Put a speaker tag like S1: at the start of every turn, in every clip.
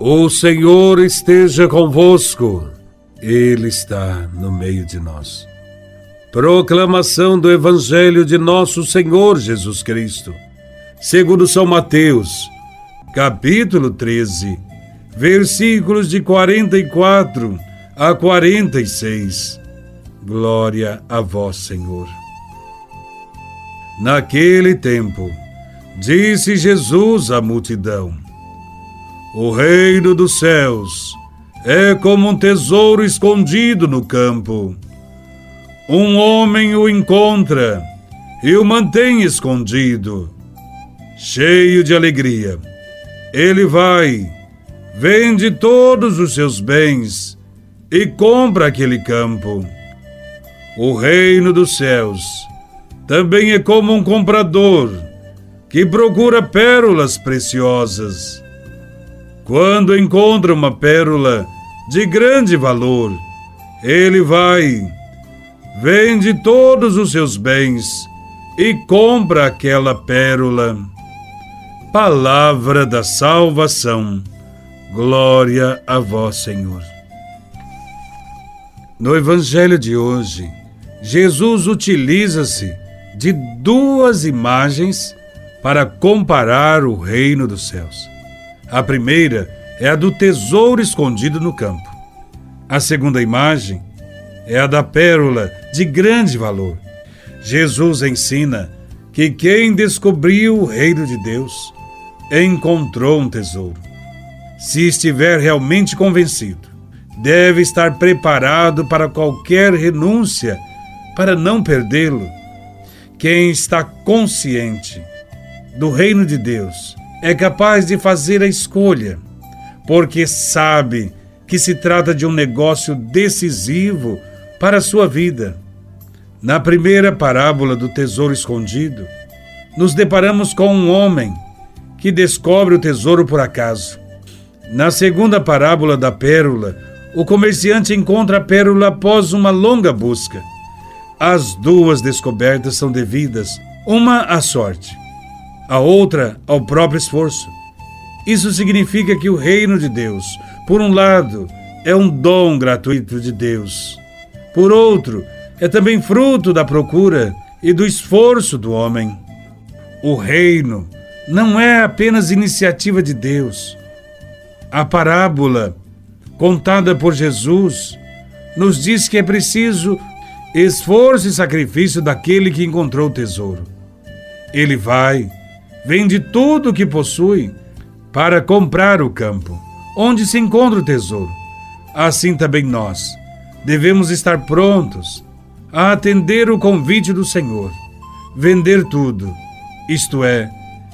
S1: O Senhor esteja convosco. Ele está no meio de nós. Proclamação do Evangelho de nosso Senhor Jesus Cristo, segundo São Mateus, capítulo 13, versículos de 44 a 46. Glória a vós, Senhor. Naquele tempo, disse Jesus à multidão: O reino dos céus é como um tesouro escondido no campo. Um homem o encontra e o mantém escondido. Cheio de alegria, ele vai, vende todos os seus bens e compra aquele campo. O reino dos céus também é como um comprador que procura pérolas preciosas. Quando encontra uma pérola de grande valor, ele vai, vende todos os seus bens e compra aquela pérola. Palavra da salvação. Glória a vós, Senhor. No Evangelho de hoje, Jesus utiliza-se de duas imagens para comparar o reino dos céus. A primeira é a do tesouro escondido no campo. A segunda imagem é a da pérola de grande valor. Jesus ensina que quem descobriu o reino de Deus encontrou um tesouro. Se estiver realmente convencido, deve estar preparado para qualquer renúncia para não perdê-lo. Quem está consciente do reino de Deus é capaz de fazer a escolha, porque sabe que se trata de um negócio decisivo para a sua vida. Na primeira parábola do tesouro escondido, nos deparamos com um homem que descobre o tesouro por acaso. Na segunda parábola da pérola, o comerciante encontra a pérola após uma longa busca. As duas descobertas são devidas, uma à sorte, a outra ao próprio esforço. Isso significa que o reino de Deus, por um lado, é um dom gratuito de Deus. Por outro, é também fruto da procura e do esforço do homem. O reino não é apenas iniciativa de Deus. A parábola contada por Jesus nos diz que é preciso esforço e sacrifício daquele que encontrou o tesouro. Ele vai, vende tudo o que possui para comprar o campo, onde se encontra o tesouro. Assim também nós devemos estar prontos a atender o convite do Senhor, vender tudo, isto é,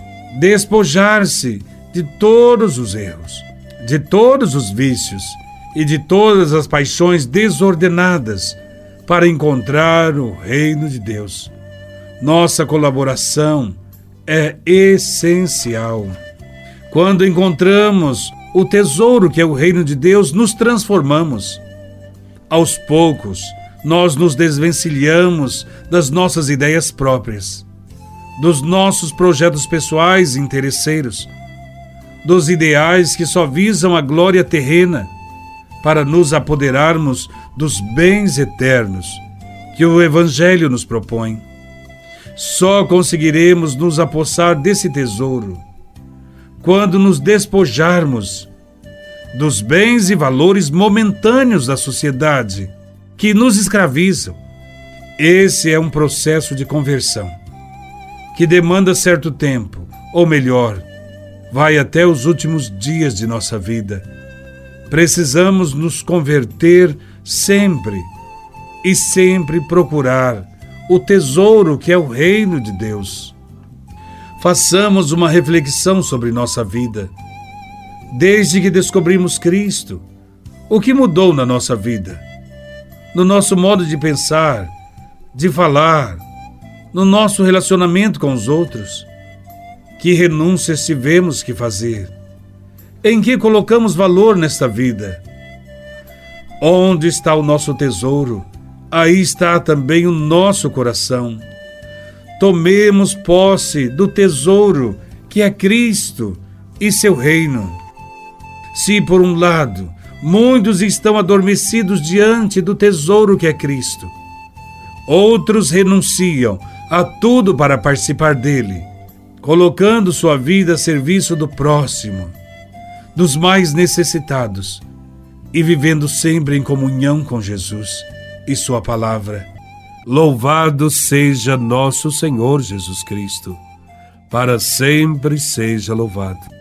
S1: despojar-se de todos os erros, de todos os vícios e de todas as paixões desordenadas para encontrar o reino de Deus. Nossa colaboração é essencial. Quando encontramos o tesouro que é o reino de Deus, nos transformamos. Aos poucos, nós nos desvencilhamos das nossas ideias próprias, dos nossos projetos pessoais e interesseiros, dos ideais que só visam a glória terrena, para nos apoderarmos dos bens eternos que o Evangelho nos propõe. Só conseguiremos nos apossar desse tesouro quando nos despojarmos dos bens e valores momentâneos da sociedade que nos escravizam. Esse é um processo de conversão que demanda certo tempo, ou melhor, vai até os últimos dias de nossa vida. Precisamos nos converter sempre e sempre procurar o tesouro que é o reino de Deus. Façamos uma reflexão sobre nossa vida. Desde que descobrimos Cristo, o que mudou na nossa vida? No nosso modo de pensar, de falar, no nosso relacionamento com os outros? Que renúncias tivemos que fazer? Em que colocamos valor nesta vida? Onde está o nosso tesouro, aí está também o nosso coração. Tomemos posse do tesouro que é Cristo e seu reino. Se, por um lado, muitos estão adormecidos diante do tesouro que é Cristo, outros renunciam a tudo para participar dele, colocando sua vida a serviço do próximo, dos mais necessitados, e vivendo sempre em comunhão com Jesus e sua palavra. Louvado seja nosso Senhor Jesus Cristo, para sempre seja louvado.